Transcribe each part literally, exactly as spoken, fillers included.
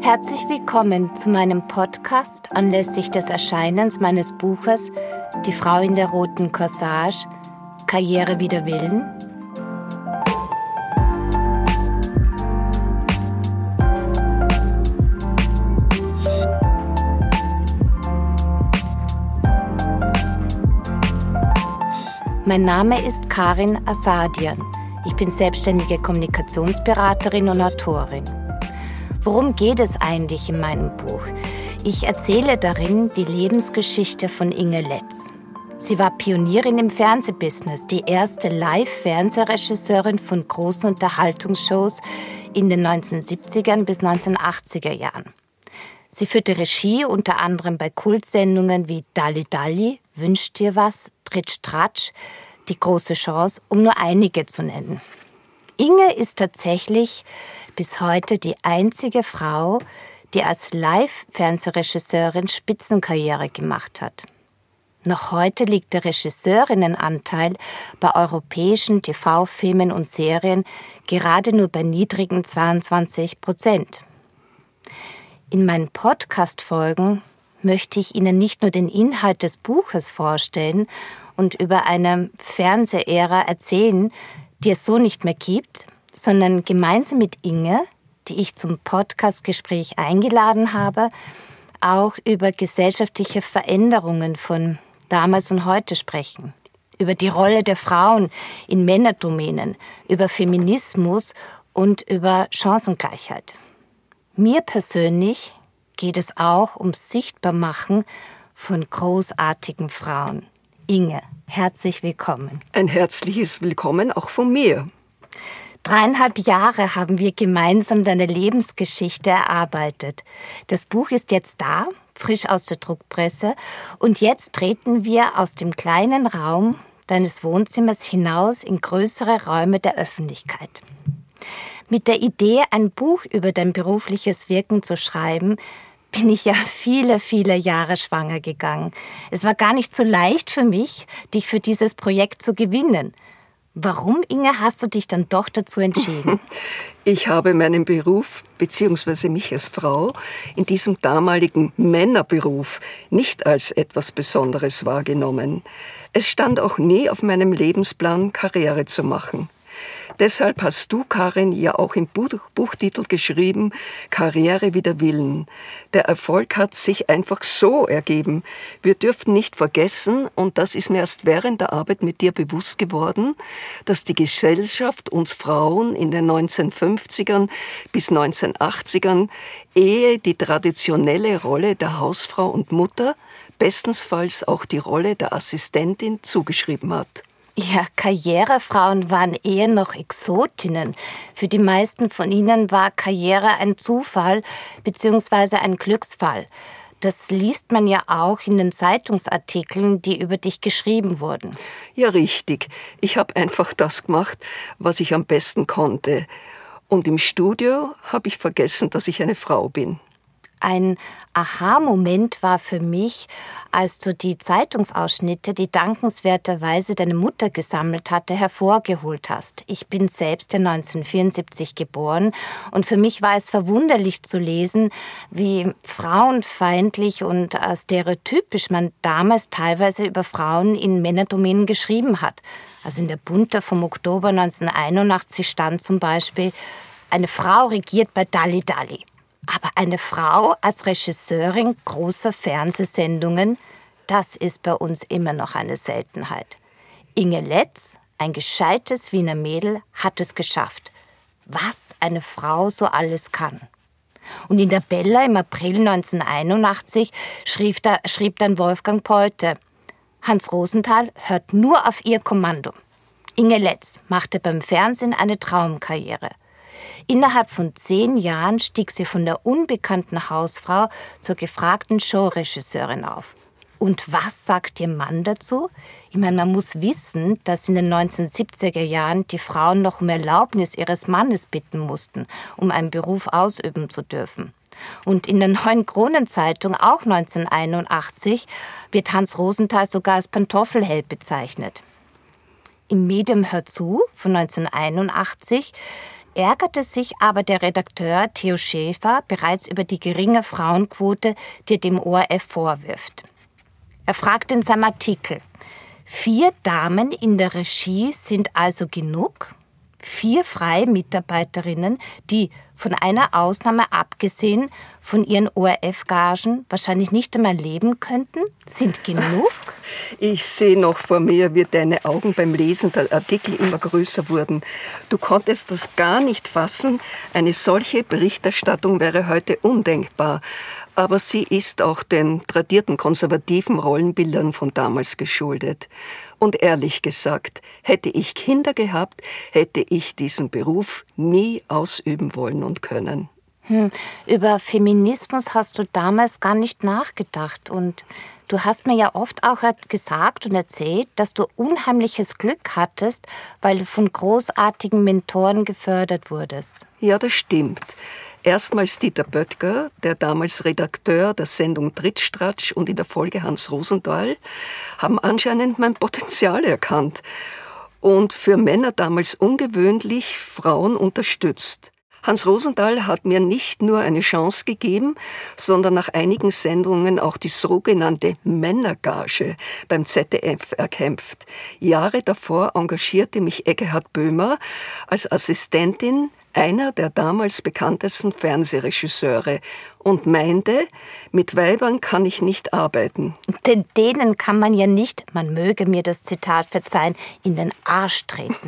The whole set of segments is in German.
Herzlich willkommen zu meinem Podcast anlässlich des Erscheinens meines Buches Die Frau in der roten Corsage – Karriere wider Willen. Mein Name ist Karin Asadian. Ich bin selbstständige Kommunikationsberaterin und Autorin. Worum geht es eigentlich in meinem Buch? Ich erzähle darin die Lebensgeschichte von Inge Letz. Sie war Pionierin im Fernsehbusiness, die erste Live-Fernsehregisseurin von großen Unterhaltungsshows in den neunzehnhundertsiebzigern bis neunzehnhundertachtziger Jahren. Sie führte Regie unter anderem bei Kultsendungen wie Dalli Dalli, Wünsch dir was, Tritsch Tratsch, Die große Chance, um nur einige zu nennen. Inge ist tatsächlich bis heute die einzige Frau, die als Live-Fernsehregisseurin Spitzenkarriere gemacht hat. Noch heute liegt der Regisseurinnenanteil bei europäischen T V-Filmen und Serien gerade nur bei niedrigen zweiundzwanzig Prozent. In meinen Podcast-Folgen möchte ich Ihnen nicht nur den Inhalt des Buches vorstellen und über eine Fernsehära erzählen, die es so nicht mehr gibt, sondern gemeinsam mit Inge, die ich zum Podcastgespräch eingeladen habe, auch über gesellschaftliche Veränderungen von damals und heute sprechen, über die Rolle der Frauen in Männerdomänen, über Feminismus und über Chancengleichheit. Mir persönlich geht es auch ums Sichtbarmachen von großartigen Frauen. Inge, herzlich willkommen. Ein herzliches Willkommen auch von mir. Dreieinhalb Jahre haben wir gemeinsam deine Lebensgeschichte erarbeitet. Das Buch ist jetzt da, frisch aus der Druckpresse. Und jetzt treten wir aus dem kleinen Raum deines Wohnzimmers hinaus in größere Räume der Öffentlichkeit. Mit der Idee, ein Buch über dein berufliches Wirken zu schreiben, bin ich ja viele, viele Jahre schwanger gegangen. Es war gar nicht so leicht für mich, dich für dieses Projekt zu gewinnen. Warum, Inge, hast du dich dann doch dazu entschieden? Ich habe meinen Beruf, beziehungsweise mich als Frau, in diesem damaligen Männerberuf nicht als etwas Besonderes wahrgenommen. Es stand auch nie auf meinem Lebensplan, Karriere zu machen. Deshalb hast du, Karin, ja auch im Buch, Buchtitel geschrieben, Karriere wider Willen. Der Erfolg hat sich einfach so ergeben. Wir dürften nicht vergessen, und das ist mir erst während der Arbeit mit dir bewusst geworden, dass die Gesellschaft uns Frauen in den neunzehnhundertfünfzigern bis neunzehnhundertachtzigern ehe die traditionelle Rolle der Hausfrau und Mutter, bestensfalls auch die Rolle der Assistentin zugeschrieben hat. Ja, Karrierefrauen waren eher noch Exotinnen. Für die meisten von ihnen war Karriere ein Zufall bzw. ein Glücksfall. Das liest man ja auch in den Zeitungsartikeln, die über dich geschrieben wurden. Ja, richtig. Ich habe einfach das gemacht, was ich am besten konnte. Und im Studio habe ich vergessen, dass ich eine Frau bin. Ein Aha-Moment war für mich, als du die Zeitungsausschnitte, die dankenswerterweise deine Mutter gesammelt hatte, hervorgeholt hast. Ich bin selbst ja neunzehnhundertvierundsiebzig geboren und für mich war es verwunderlich zu lesen, wie frauenfeindlich und stereotypisch man damals teilweise über Frauen in Männerdomänen geschrieben hat. Also in der Bunte vom Oktober neunzehnhunderteinundachtzig stand zum Beispiel: Eine Frau regiert bei Dalli Dalli. Aber eine Frau als Regisseurin großer Fernsehsendungen, das ist bei uns immer noch eine Seltenheit. Inge Letz, ein gescheites Wiener Mädel, hat es geschafft. Was eine Frau so alles kann. Und in der Bella im April neunzehnhunderteinundachtzig schrieb, da, schrieb dann Wolfgang Peute: Hans Rosenthal hört nur auf ihr Kommando. Inge Letz machte beim Fernsehen eine Traumkarriere. Innerhalb von zehn Jahren stieg sie von der unbekannten Hausfrau zur gefragten Showregisseurin auf. Und was sagt ihr Mann dazu? Ich meine, man muss wissen, dass in den neunzehnhundertsiebziger Jahren die Frauen noch um Erlaubnis ihres Mannes bitten mussten, um einen Beruf ausüben zu dürfen. Und in der Neuen Kronenzeitung, auch neunzehnhunderteinundachtzig, wird Hans Rosenthal sogar als Pantoffelheld bezeichnet. Im Medium Hör zu von neunzehnhunderteinundachtzig ärgerte sich aber der Redakteur Theo Schäfer bereits über die geringe Frauenquote, die er dem O R F vorwirft. Er fragt in seinem Artikel: Vier Damen in der Regie sind also genug? Vier freie Mitarbeiterinnen, die von einer Ausnahme abgesehen von ihren O R F-Gagen wahrscheinlich nicht einmal leben könnten, sind genug? Ich sehe noch vor mir, wie deine Augen beim Lesen der Artikel immer größer wurden. Du konntest das gar nicht fassen. Eine solche Berichterstattung wäre heute undenkbar. Aber sie ist auch den tradierten konservativen Rollenbildern von damals geschuldet. Und ehrlich gesagt, hätte ich Kinder gehabt, hätte ich diesen Beruf nie ausüben wollen und können. Hm, über Feminismus hast du damals gar nicht nachgedacht. Und du hast mir ja oft auch gesagt und erzählt, dass du unheimliches Glück hattest, weil du von großartigen Mentoren gefördert wurdest. Ja, das stimmt. Erstmals Dieter Böttger, der damals Redakteur der Sendung Trittstratsch und in der Folge Hans Rosenthal, haben anscheinend mein Potenzial erkannt und für Männer damals ungewöhnlich Frauen unterstützt. Hans Rosenthal hat mir nicht nur eine Chance gegeben, sondern nach einigen Sendungen auch die sogenannte Männergage beim Z D F erkämpft. Jahre davor engagierte mich Eckehard Böhmer als Assistentin einer der damals bekanntesten Fernsehregisseure und meinte, mit Weibern kann ich nicht arbeiten. Denn denen kann man ja nicht, man möge mir das Zitat verzeihen, in den Arsch treten.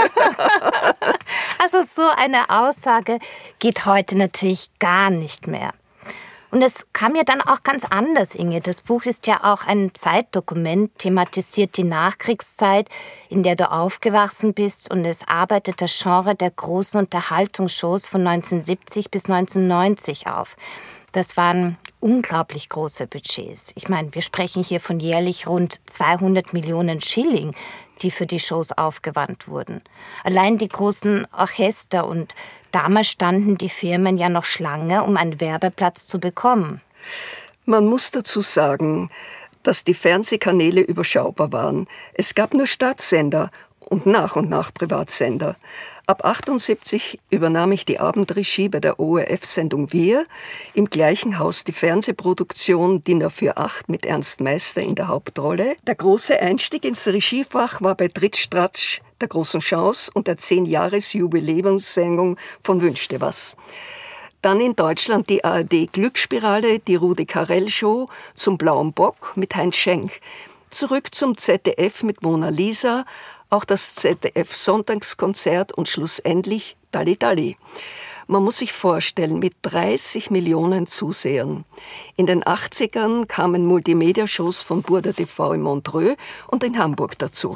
Also so eine Aussage geht heute natürlich gar nicht mehr. Und es kam ja dann auch ganz anders, Inge. Das Buch ist ja auch ein Zeitdokument, thematisiert die Nachkriegszeit, in der du aufgewachsen bist, und es arbeitet das Genre der großen Unterhaltungsshows von neunzehnhundertsiebzig bis neunzehnhundertneunzig auf. Das waren unglaublich große Budgets. Ich meine, wir sprechen hier von jährlich rund zweihundert Millionen Schilling, die für die Shows aufgewandt wurden. Allein die großen Orchester, und damals standen die Firmen ja noch Schlange, um einen Werbeplatz zu bekommen. Man muss dazu sagen, dass die Fernsehkanäle überschaubar waren. Es gab nur Staatssender und nach und nach Privatsender. Ab achtundsiebzig übernahm ich die Abendregie bei der O R F-Sendung Wir, im gleichen Haus die Fernsehproduktion D I N A vier acht mit Ernst Meister in der Hauptrolle. Der große Einstieg ins Regiefach war bei Trittstratsch, der großen Chance und der zehn-Jahres-Jubiläumssendung von Wünschte was. Dann in Deutschland die A R D Glücksspirale, die Rudi Carrell Show zum Blauen Bock mit Heinz Schenk. Zurück zum Z D F mit Mona Lisa, auch das Z D F Sonntagskonzert und schlussendlich Dalli Dalli. Man muss sich vorstellen, mit dreißig Millionen Zusehern. In den achtzigern kamen Multimedia-Shows von Burda T V in Montreux und in Hamburg dazu.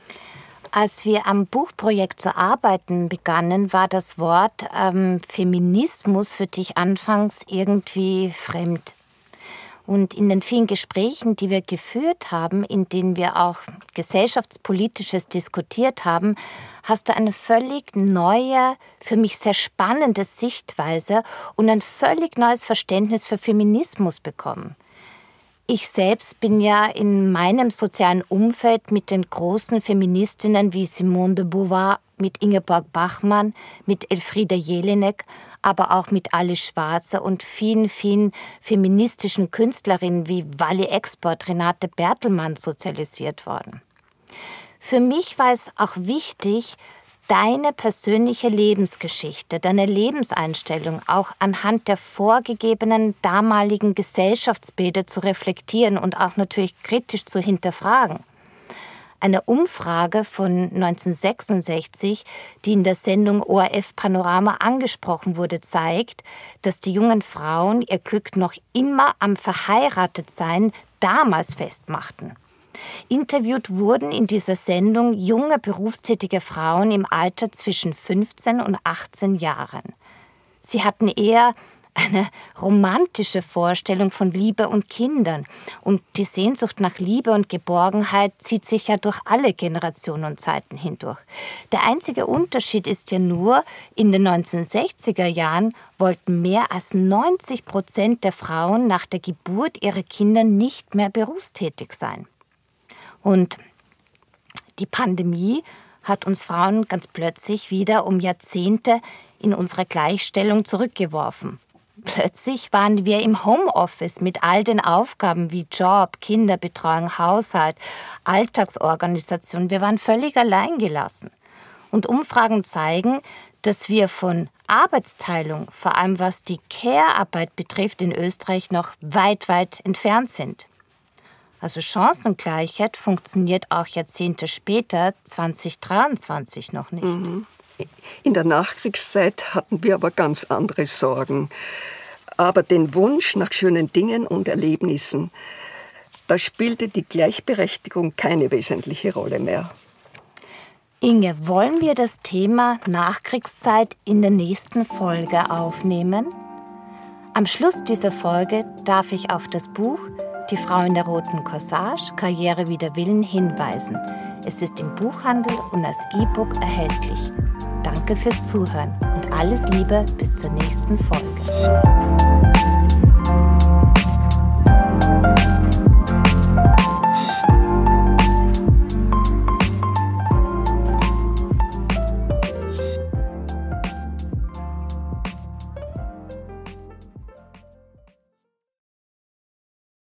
Als wir am Buchprojekt zu arbeiten begannen, war das Wort ähm, Feminismus für dich anfangs irgendwie fremd. Und in den vielen Gesprächen, die wir geführt haben, in denen wir auch gesellschaftspolitisches diskutiert haben, hast du eine völlig neue, für mich sehr spannende Sichtweise und ein völlig neues Verständnis für Feminismus bekommen. Ich selbst bin ja in meinem sozialen Umfeld mit den großen Feministinnen wie Simone de Beauvoir, mit Ingeborg Bachmann, mit Elfriede Jelinek, aber auch mit Alice Schwarzer und vielen, vielen feministischen Künstlerinnen wie Wally Export, Renate Bertelmann sozialisiert worden. Für mich war es auch wichtig, deine persönliche Lebensgeschichte, deine Lebenseinstellung auch anhand der vorgegebenen damaligen Gesellschaftsbilder zu reflektieren und auch natürlich kritisch zu hinterfragen. Eine Umfrage von neunzehnhundertsechsundsechzig, die in der Sendung O R F Panorama angesprochen wurde, zeigt, dass die jungen Frauen ihr Glück noch immer am Verheiratetsein damals festmachten. Interviewt wurden in dieser Sendung junge berufstätige Frauen im Alter zwischen fünfzehn und achtzehn Jahren. Sie hatten eher eine romantische Vorstellung von Liebe und Kindern. Und die Sehnsucht nach Liebe und Geborgenheit zieht sich ja durch alle Generationen und Zeiten hindurch. Der einzige Unterschied ist ja nur, in den neunzehnhundertsechziger Jahren wollten mehr als neunzig Prozent der Frauen nach der Geburt ihrer Kinder nicht mehr berufstätig sein. Und die Pandemie hat uns Frauen ganz plötzlich wieder um Jahrzehnte in unsere Gleichstellung zurückgeworfen. Plötzlich waren wir im Homeoffice mit all den Aufgaben wie Job, Kinderbetreuung, Haushalt, Alltagsorganisation. Wir waren völlig alleingelassen. Und Umfragen zeigen, dass wir von Arbeitsteilung, vor allem was die Care-Arbeit betrifft, in Österreich noch weit, weit entfernt sind. Also Chancengleichheit funktioniert auch Jahrzehnte später, zwanzig dreiundzwanzig, noch nicht. Mhm. In der Nachkriegszeit hatten wir aber ganz andere Sorgen. Aber den Wunsch nach schönen Dingen und Erlebnissen, da spielte die Gleichberechtigung keine wesentliche Rolle mehr. Inge, wollen wir das Thema Nachkriegszeit in der nächsten Folge aufnehmen? Am Schluss dieser Folge darf ich auf das Buch Die Frau in der roten Corsage, Karriere wider Willen hinweisen. Es ist im Buchhandel und als E-Book erhältlich. Danke fürs Zuhören und alles Liebe bis zur nächsten Folge.